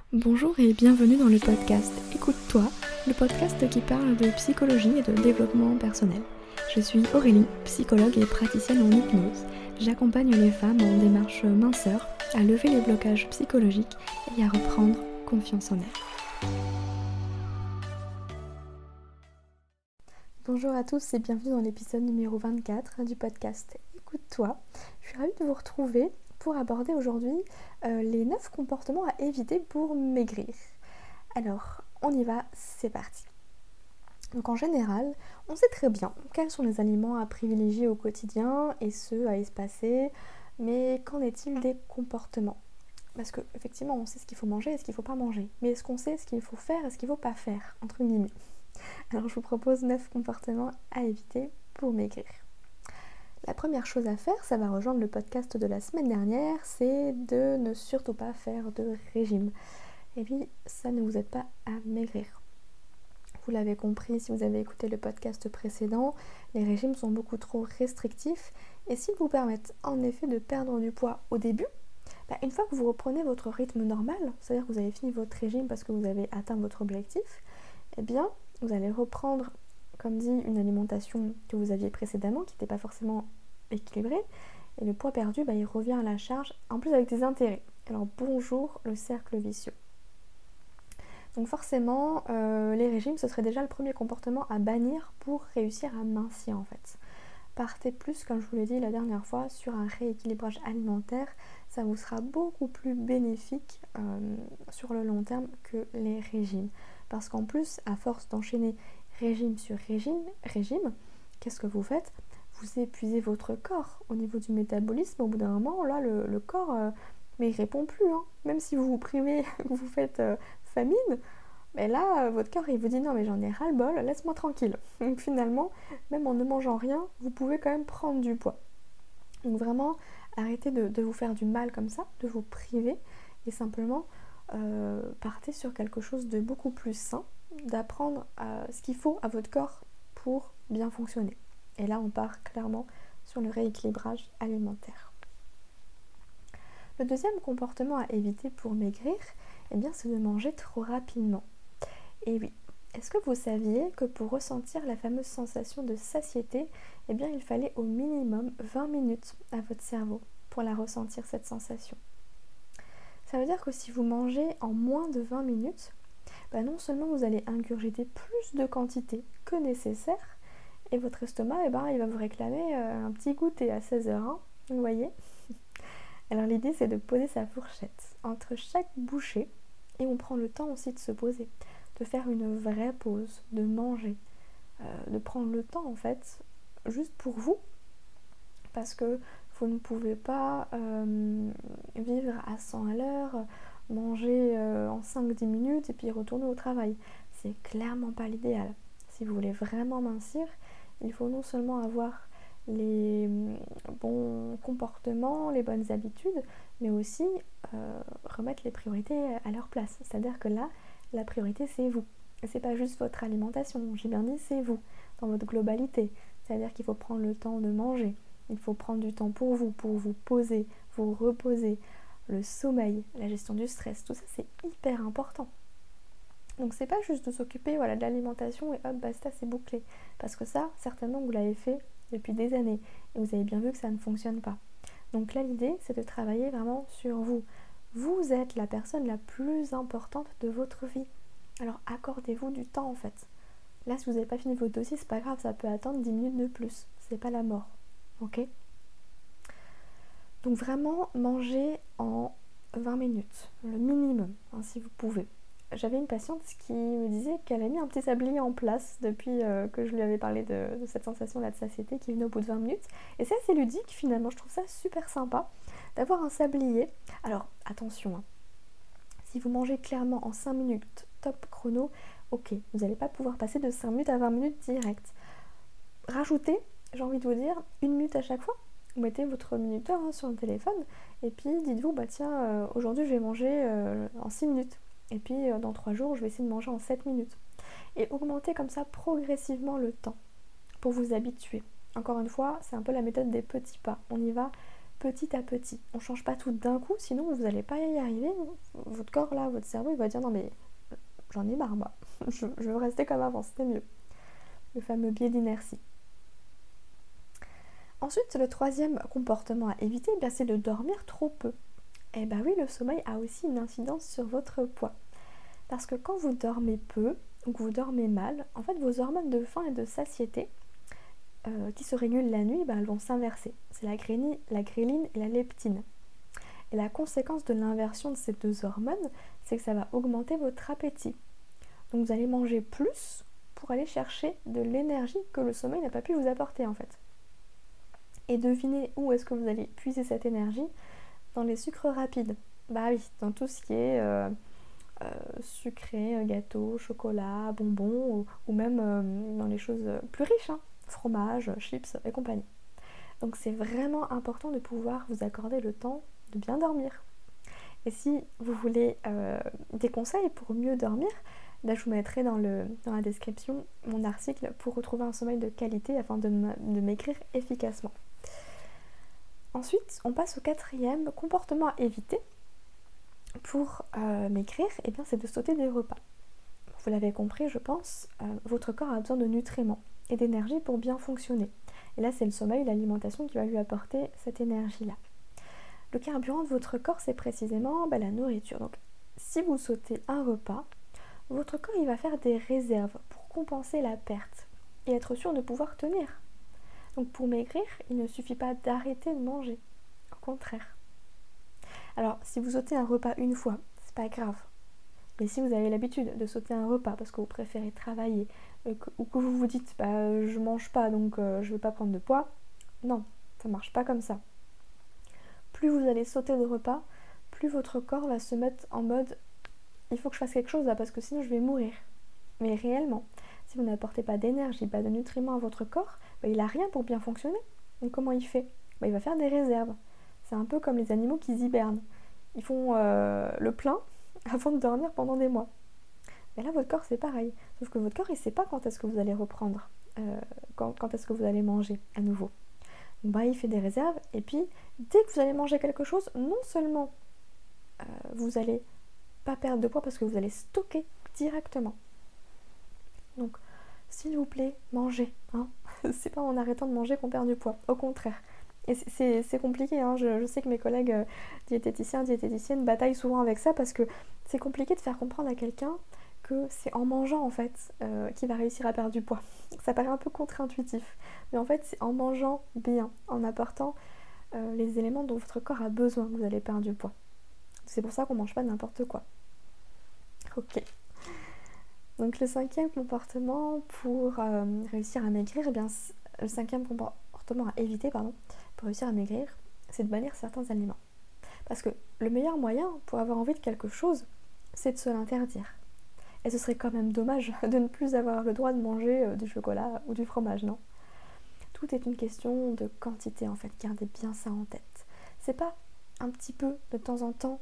Bonjour et bienvenue dans le podcast Écoute-toi, le podcast qui parle de psychologie et de développement personnel. Je suis Aurélie, psychologue et praticienne en hypnose. J'accompagne les femmes en démarche minceur à lever les blocages psychologiques et à reprendre confiance en elles. Bonjour à tous et bienvenue dans l'épisode numéro 24 du podcast Écoute-toi. Je suis ravie de vous retrouver pour aborder aujourd'hui les 9 comportements à éviter pour maigrir. Alors, on y va, c'est parti. Donc en général, on sait très bien quels sont les aliments à privilégier au quotidien et ceux à espacer, mais qu'en est-il des comportements ? Parce qu'effectivement, on sait ce qu'il faut manger et ce qu'il ne faut pas manger, mais est-ce qu'on sait ce qu'il faut faire et ce qu'il ne faut pas faire, entre guillemets ? Alors je vous propose 9 comportements à éviter pour maigrir. La première chose à faire, ça va rejoindre le podcast de la semaine dernière, c'est de ne surtout pas faire de régime. Et puis, ça ne vous aide pas à maigrir. Vous l'avez compris si vous avez écouté le podcast précédent, les régimes sont beaucoup trop restrictifs et s'ils vous permettent en effet de perdre du poids au début, une fois que vous reprenez votre rythme normal, c'est-à-dire que vous avez fini votre régime parce que vous avez atteint votre objectif, eh bien, vous allez reprendre, comme dit, une alimentation que vous aviez précédemment, qui n'était pas forcément équilibrée, et le poids perdu, il revient à la charge, en plus avec des intérêts. Alors bonjour le cercle vicieux. Donc forcément, les régimes, ce serait déjà le premier comportement à bannir pour réussir à mincir en fait. Partez plus, comme je vous l'ai dit la dernière fois, sur un rééquilibrage alimentaire, ça vous sera beaucoup plus bénéfique sur le long terme que les régimes. Parce qu'en plus, à force d'enchaîner régime sur régime, qu'est-ce que vous faites ? Vous épuisez votre corps au niveau du métabolisme. Au bout d'un moment, là, le corps, mais il répond plus. Même si vous vous privez, vous faites famine, mais là, votre corps, il vous dit non, mais j'en ai ras-le-bol, laisse-moi tranquille. Donc finalement, même en ne mangeant rien, vous pouvez quand même prendre du poids. Donc vraiment, arrêtez de vous faire du mal comme ça, de vous priver, et simplement partez sur quelque chose de beaucoup plus sain, d'apprendre ce qu'il faut à votre corps pour bien fonctionner. Et là, on part clairement sur le rééquilibrage alimentaire. Le deuxième comportement à éviter pour maigrir, c'est de manger trop rapidement. Et oui, est-ce que vous saviez que pour ressentir la fameuse sensation de satiété, il fallait au minimum 20 minutes à votre cerveau pour la ressentir cette sensation. Ça veut dire que si vous mangez en moins de 20 minutes, non seulement vous allez ingurgiter plus de quantité que nécessaire, et votre estomac, il va vous réclamer un petit goûter à 16h, vous voyez. Alors l'idée, c'est de poser sa fourchette entre chaque bouchée, et on prend le temps aussi de se poser, de faire une vraie pause, de manger, de prendre le temps en fait, juste pour vous, parce que vous ne pouvez pas vivre à 100 à l'heure, manger en 5-10 minutes et puis retourner au travail. C'est clairement pas l'idéal. Si vous voulez vraiment mincir, il faut non seulement avoir les bons comportements, les bonnes habitudes, mais aussi remettre les priorités à leur place. C'est-à-dire que là, la priorité, c'est vous. Et c'est pas juste votre alimentation, j'ai bien dit, c'est vous, dans votre globalité. C'est-à-dire qu'il faut prendre le temps de manger, il faut prendre du temps pour vous poser, vous reposer, le sommeil, la gestion du stress, tout ça c'est hyper important. Donc c'est pas juste de s'occuper de l'alimentation et hop basta c'est bouclé. Parce que ça, certainement vous l'avez fait depuis des années et vous avez bien vu que ça ne fonctionne pas. Donc là l'idée c'est de travailler vraiment sur vous. Vous êtes la personne la plus importante de votre vie. Alors accordez-vous du temps en fait. Là si vous n'avez pas fini votre dossier, c'est pas grave, ça peut attendre 10 minutes de plus. C'est pas la mort. Ok ? Donc vraiment manger en 20 minutes, le minimum, si vous pouvez. J'avais une patiente qui me disait qu'elle a mis un petit sablier en place depuis que je lui avais parlé de cette sensation-là de satiété qui venait au bout de 20 minutes. Et c'est assez ludique finalement, je trouve ça super sympa d'avoir un sablier. Alors attention, si vous mangez clairement en 5 minutes, top chrono, ok, vous n'allez pas pouvoir passer de 5 minutes à 20 minutes direct. Rajoutez, j'ai envie de vous dire, 1 minute à chaque fois. Vous mettez votre minuteur sur le téléphone et puis dites-vous, aujourd'hui je vais manger en 6 minutes. Et puis dans 3 jours, je vais essayer de manger en 7 minutes. Et augmentez comme ça progressivement le temps pour vous habituer. Encore une fois, c'est un peu la méthode des petits pas. On y va petit à petit. On ne change pas tout d'un coup, sinon vous n'allez pas y arriver. Votre corps là, votre cerveau, il va dire non mais j'en ai marre moi, je veux rester comme avant, c'était mieux. Le fameux biais d'inertie. Ensuite, le troisième comportement à éviter, c'est de dormir trop peu. Et oui, le sommeil a aussi une incidence sur votre poids. Parce que quand vous dormez peu, ou que vous dormez mal, en fait vos hormones de faim et de satiété qui se régulent la nuit, elles vont s'inverser. C'est la gréline et la leptine. Et la conséquence de l'inversion de ces deux hormones, c'est que ça va augmenter votre appétit. Donc vous allez manger plus pour aller chercher de l'énergie que le sommeil n'a pas pu vous apporter en fait. Et devinez où est-ce que vous allez puiser cette énergie? Dans les sucres rapides. Oui, dans tout ce qui est sucré, gâteau, chocolat, bonbons, ou même dans les choses plus riches, fromage, chips et compagnie. Donc c'est vraiment important de pouvoir vous accorder le temps de bien dormir. Et si vous voulez des conseils pour mieux dormir, je vous mettrai dans la description mon article pour retrouver un sommeil de qualité afin de maigrir efficacement. Ensuite, on passe au quatrième comportement à éviter pour maigrir, c'est de sauter des repas. Vous l'avez compris, je pense, votre corps a besoin de nutriments et d'énergie pour bien fonctionner. Et là, c'est le sommeil, l'alimentation qui va lui apporter cette énergie-là. Le carburant de votre corps, c'est précisément la nourriture. Donc, si vous sautez un repas, votre corps il va faire des réserves pour compenser la perte et être sûr de pouvoir tenir. Donc, pour maigrir, il ne suffit pas d'arrêter de manger. Au contraire. Alors, si vous sautez un repas une fois, c'est pas grave. Mais si vous avez l'habitude de sauter un repas parce que vous préférez travailler ou que vous vous dites je mange pas donc je vais pas prendre de poids, non, ça marche pas comme ça. Plus vous allez sauter de repas, plus votre corps va se mettre en mode il faut que je fasse quelque chose là parce que sinon je vais mourir. Mais réellement, si vous n'apportez pas d'énergie, pas de nutriments à votre corps, il n'a rien pour bien fonctionner. Donc comment il fait? Il va faire des réserves. C'est un peu comme les animaux qui hibernent. Ils font le plein avant de dormir pendant des mois. Mais là, votre corps, c'est pareil. Sauf que votre corps, il ne sait pas quand est-ce que vous allez reprendre, quand est-ce que vous allez manger à nouveau. Donc, il fait des réserves. Et puis, dès que vous allez manger quelque chose, non seulement vous n'allez pas perdre de poids parce que vous allez stocker directement. Donc, s'il vous plaît, mangez. C'est pas en arrêtant de manger qu'on perd du poids. Au contraire. Et c'est compliqué, je sais que mes collègues diététiciennes bataillent souvent avec ça parce que c'est compliqué de faire comprendre à quelqu'un que c'est en mangeant en fait qu'il va réussir à perdre du poids. Ça paraît un peu contre-intuitif, mais en fait c'est en mangeant bien, en apportant les éléments dont votre corps a besoin que vous allez perdre du poids. C'est pour ça qu'on mange pas n'importe quoi. Ok. Donc le cinquième comportement pour réussir à maigrir, le cinquième comportement à éviter, pour réussir à maigrir, c'est de bannir certains aliments. Parce que le meilleur moyen pour avoir envie de quelque chose, c'est de se l'interdire. Et ce serait quand même dommage de ne plus avoir le droit de manger du chocolat ou du fromage, non? Tout est une question de quantité en fait, gardez bien ça en tête. C'est pas un petit peu de temps en temps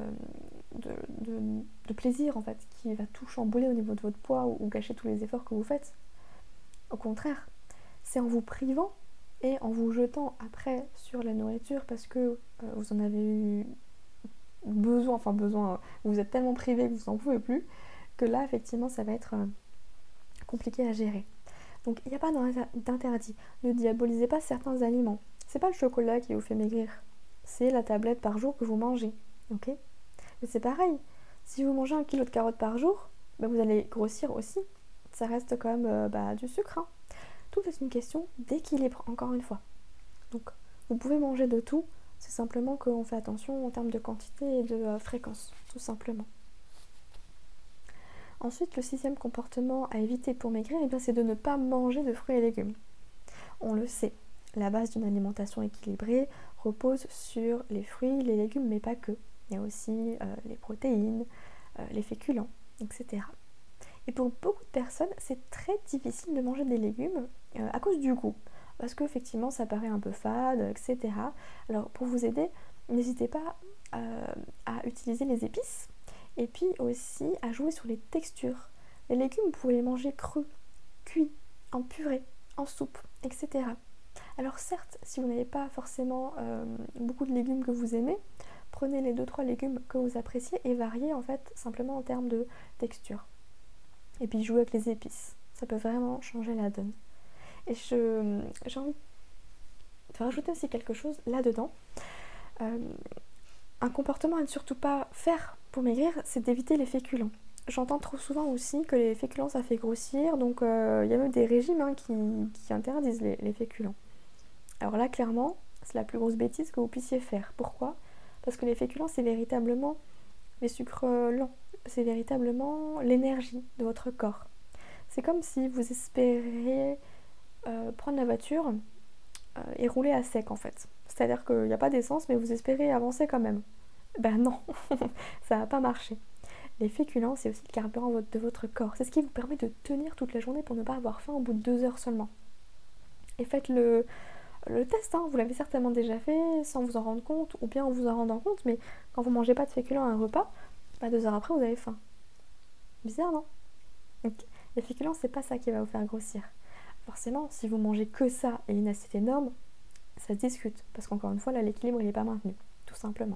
de plaisir en fait qui va tout chambouler au niveau de votre poids ou gâcher tous les efforts que vous faites. Au contraire, c'est en vous privant et en vous jetant après sur la nourriture parce que vous en avez eu besoin, vous êtes tellement privé que vous n'en pouvez plus, que là effectivement ça va être compliqué à gérer. Donc il n'y a pas d'interdit. Ne diabolisez pas certains aliments. C'est pas le chocolat qui vous fait maigrir, c'est la tablette par jour que vous mangez. Ok? Mais c'est pareil, si vous mangez 1 kilo de carottes par jour, vous allez grossir aussi. Ça reste quand même du sucre. Tout est une question d'équilibre, encore une fois. Donc vous pouvez manger de tout, c'est simplement qu'on fait attention en termes de quantité et de fréquence, tout simplement. Ensuite, le sixième comportement à éviter pour maigrir, c'est de ne pas manger de fruits et légumes. On le sait, la base d'une alimentation équilibrée repose sur les fruits, les légumes, mais pas que. Il y a aussi les protéines, les féculents, etc. Et pour beaucoup de personnes, c'est très difficile de manger des légumes à cause du goût. Parce qu'effectivement, ça paraît un peu fade, etc. Alors, pour vous aider, n'hésitez pas à utiliser les épices. Et puis aussi à jouer sur les textures. Les légumes, vous pouvez les manger crus, cuits, en purée, en soupe, etc. Alors certes, si vous n'avez pas forcément beaucoup de légumes que vous aimez, prenez les 2-3 légumes que vous appréciez et variez en fait simplement en termes de texture. Et puis jouez avec les épices, ça peut vraiment changer la donne. Et j'ai envie de rajouter aussi quelque chose là-dedans. Un comportement à ne surtout pas faire pour maigrir, c'est d'éviter les féculents. J'entends trop souvent aussi que les féculents ça fait grossir, donc il y a même des régimes qui interdisent les féculents. Alors là, clairement, c'est la plus grosse bêtise que vous puissiez faire. Pourquoi ? Parce que les féculents, c'est véritablement les sucres lents, c'est véritablement l'énergie de votre corps. C'est comme si vous espériez prendre la voiture et rouler à sec en fait. C'est-à-dire qu'il n'y a pas d'essence, mais vous espérez avancer quand même. Ben non, ça va pas marcher. Les féculents, c'est aussi le carburant de votre corps. C'est ce qui vous permet de tenir toute la journée pour ne pas avoir faim au bout de 2 heures seulement. Et faites le test, hein. Vous l'avez certainement déjà fait sans vous en rendre compte, ou bien en vous en rendant compte, mais quand vous mangez pas de féculents à un repas, 2 heures après vous avez faim. Bizarre, non ? Donc, les féculents, c'est pas ça qui va vous faire grossir. Forcément, si vous mangez que ça et une assiette énorme, ça se discute, parce qu'encore une fois, là, l'équilibre, il n'est pas maintenu, tout simplement.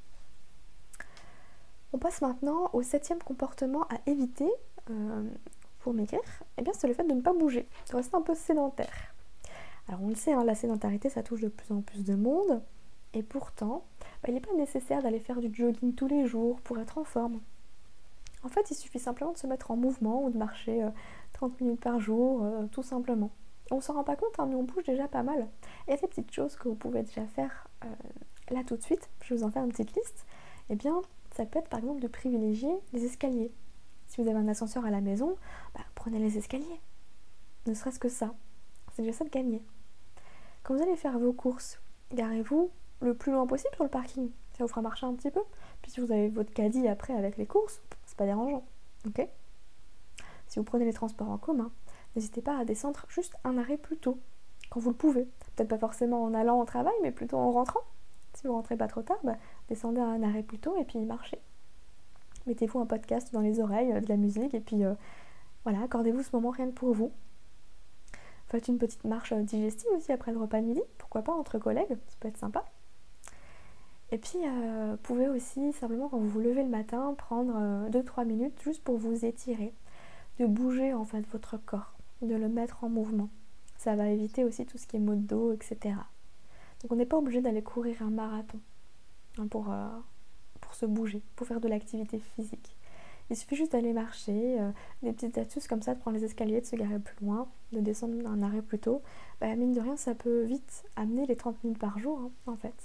On passe maintenant au 7e comportement à éviter pour maigrir. Eh bien, c'est le fait de ne pas bouger, de rester un peu sédentaire. Alors, on le sait, hein, la sédentarité, ça touche de plus en plus de monde, et pourtant, il n'est pas nécessaire d'aller faire du jogging tous les jours pour être en forme. En fait, il suffit simplement de se mettre en mouvement ou de marcher 30 minutes par jour, tout simplement. On ne s'en rend pas compte, hein, mais on bouge déjà pas mal. Et il y a des petites choses que vous pouvez déjà faire là tout de suite. Je vais vous en faire une petite liste. Eh bien, ça peut être par exemple de privilégier les escaliers. Si vous avez un ascenseur à la maison, prenez les escaliers. Ne serait-ce que ça. C'est déjà ça de gagner. Quand vous allez faire vos courses, garez-vous le plus loin possible sur le parking. Ça vous fera marcher un petit peu. Puis si vous avez votre caddie après avec les courses, c'est pas dérangeant. Ok ? Si vous prenez les transports en commun, n'hésitez pas à descendre juste un arrêt plus tôt, quand vous le pouvez. Peut-être pas forcément en allant au travail, mais plutôt en rentrant. Si vous rentrez pas trop tard, descendez à un arrêt plus tôt et puis marchez. Mettez-vous un podcast dans les oreilles, de la musique, et puis voilà, accordez-vous ce moment rien que pour vous. Faites une petite marche digestive aussi après le repas de midi, pourquoi pas entre collègues, ça peut être sympa. Et puis, vous pouvez aussi, simplement quand vous vous levez le matin, prendre 2-3 minutes juste pour vous étirer, de bouger en fait votre corps, de le mettre en mouvement. Ça va éviter aussi tout ce qui est maux de dos, etc. Donc on n'est pas obligé d'aller courir un marathon pour se bouger, pour faire de l'activité physique. Il suffit juste d'aller marcher, des petites astuces comme ça, de prendre les escaliers, de se garer plus loin, de descendre un arrêt plus tôt. Mine de rien, ça peut vite amener les 30 minutes par jour, en fait.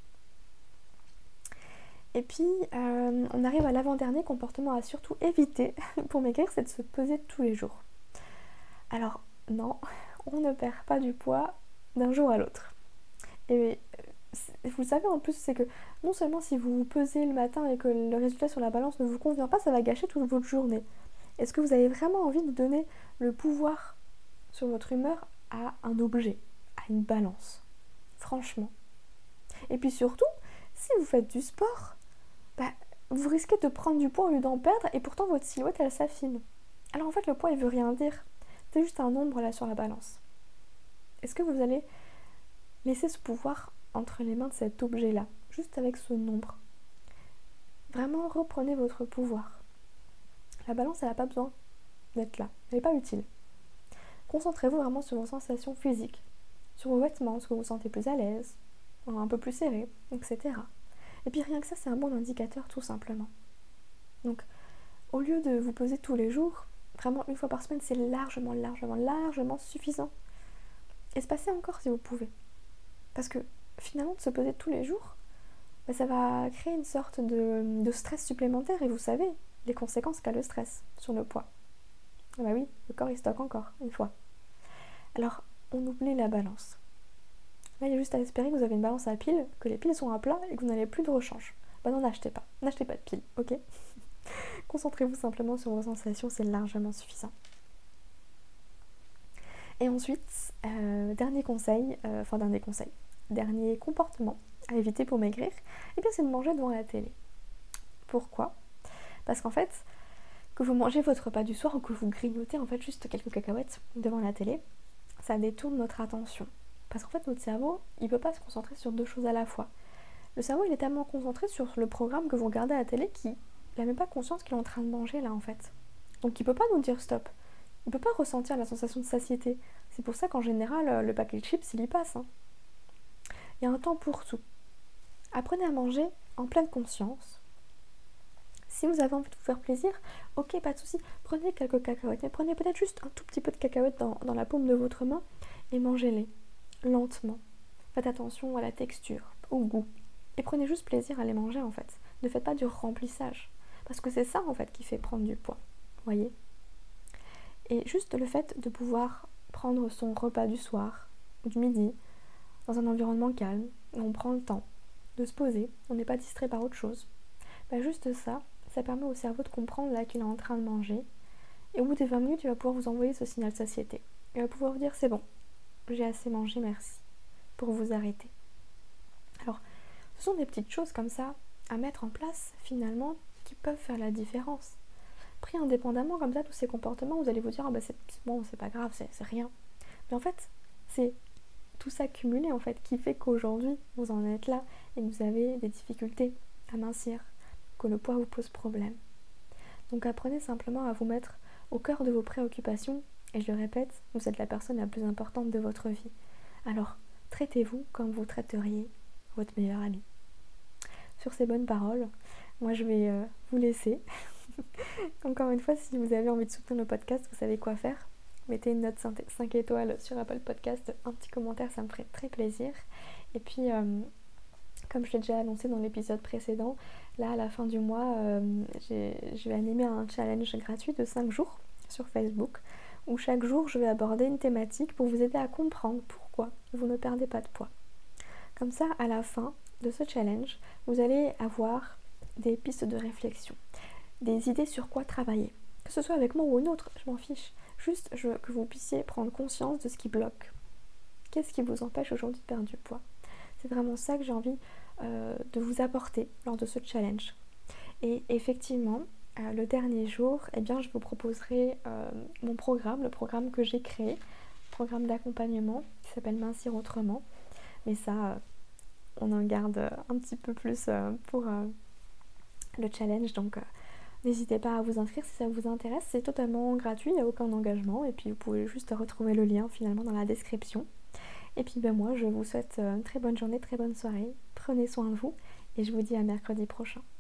Et puis, on arrive à l'avant-dernier comportement à surtout éviter pour maigrir, c'est de se peser tous les jours. Alors, non, on ne perd pas du poids d'un jour à l'autre. Et vous le savez en plus, c'est que non seulement si vous vous pesez le matin et que le résultat sur la balance ne vous convient pas, ça va gâcher toute votre journée. Est-ce que vous avez vraiment envie de donner le pouvoir sur votre humeur à un objet, à une balance ? Franchement. Et puis surtout, si vous faites du sport, vous risquez de prendre du poids au lieu d'en perdre et pourtant votre silhouette elle s'affine. Alors en fait le poids il veut rien dire, c'est juste un nombre là sur la balance. Est-ce que vous allez laisser ce pouvoir entre les mains de cet objet là, juste avec ce nombre ? Vraiment reprenez votre pouvoir. La balance elle n'a pas besoin d'être là, elle n'est pas utile. Concentrez-vous vraiment sur vos sensations physiques, sur vos vêtements, ce que vous sentez plus à l'aise, un peu plus serré, etc. Et puis rien que ça, c'est un bon indicateur tout simplement. Donc, au lieu de vous peser tous les jours, vraiment une fois par semaine, c'est largement suffisant. Espacez encore si vous pouvez. Parce que finalement, de se peser tous les jours, ça va créer une sorte de stress supplémentaire. Et vous savez les conséquences qu'a le stress sur le poids. Oui, le corps il stocke encore, une fois. Alors, on oublie la balance. Là, il y a juste à espérer que vous avez une balance à piles, que les piles sont à plat et que vous n'avez plus de rechange. Non, n'achetez pas. N'achetez pas de piles, ok ? Concentrez-vous simplement sur vos sensations, c'est largement suffisant. Et ensuite, dernier comportement à éviter pour maigrir, c'est de manger devant la télé. Pourquoi ? Parce qu'en fait, que vous mangez votre repas du soir ou que vous grignotez juste quelques cacahuètes devant la télé, ça détourne notre attention. Parce qu'en fait, notre cerveau, il ne peut pas se concentrer sur deux choses à la fois. Le cerveau, il est tellement concentré sur le programme que vous regardez à la télé qu'il n'a même pas conscience qu'il est en train de manger là en fait. Donc il ne peut pas nous dire stop. Il ne peut pas ressentir la sensation de satiété. C'est pour ça qu'en général, le paquet de chips, il y passe. Il y a un temps pour tout. Apprenez à manger en pleine conscience. Si vous avez envie de vous faire plaisir, ok, pas de souci, prenez quelques cacahuètes, mais prenez peut-être juste un tout petit peu de cacahuètes dans la paume de votre main et mangez-les lentement. Faites attention à la texture, au goût. Et prenez juste plaisir à les manger en fait. Ne faites pas du remplissage. Parce que c'est ça en fait qui fait prendre du poids. Voyez ? Et juste le fait de pouvoir prendre son repas du soir ou du midi dans un environnement calme, où on prend le temps de se poser, on n'est pas distrait par autre chose. Juste ça permet au cerveau de comprendre là qu'il est en train de manger. Et au bout des 20 minutes, il va pouvoir vous envoyer ce signal de satiété. Il va pouvoir vous dire c'est bon, j'ai assez mangé, merci, pour vous arrêter. Alors, ce sont des petites choses comme ça à mettre en place finalement qui peuvent faire la différence. Pris indépendamment comme ça, tous ces comportements, vous allez vous dire c'est bon, c'est pas grave, c'est rien. Mais en fait, c'est tout ça cumulé en fait qui fait qu'aujourd'hui vous en êtes là et que vous avez des difficultés à mincir, que le poids vous pose problème. Donc apprenez simplement à vous mettre au cœur de vos préoccupations et je le répète, vous êtes la personne la plus importante de votre vie. Alors traitez-vous comme vous traiteriez votre meilleur ami. Sur ces bonnes paroles, moi je vais vous laisser. Encore une fois, si vous avez envie de soutenir le podcast, vous savez quoi faire. Mettez une note 5 étoiles sur Apple Podcast, un petit commentaire, ça me ferait très plaisir. Et puis, comme je l'ai déjà annoncé dans l'épisode précédent, là à la fin du mois, je vais animer un challenge gratuit de 5 jours sur Facebook, où chaque jour je vais aborder une thématique pour vous aider à comprendre pourquoi vous ne perdez pas de poids. Comme ça, à la fin de ce challenge, vous allez avoir des pistes de réflexion, des idées sur quoi travailler. Que ce soit avec moi ou une autre, je m'en fiche. Juste que vous puissiez prendre conscience de ce qui bloque. Qu'est-ce qui vous empêche aujourd'hui de perdre du poids ? C'est vraiment ça que j'ai envie de vous apporter lors de ce challenge. Et effectivement, le dernier jour, je vous proposerai mon programme, le programme que j'ai créé, programme d'accompagnement qui s'appelle Mincir Autrement. Mais ça, on en garde un petit peu plus pour le challenge. Donc, n'hésitez pas à vous inscrire si ça vous intéresse. C'est totalement gratuit, il n'y a aucun engagement. Et puis, vous pouvez juste retrouver le lien finalement dans la description. Et puis, moi, je vous souhaite une très bonne journée, très bonne soirée. Prenez soin de vous et je vous dis à mercredi prochain.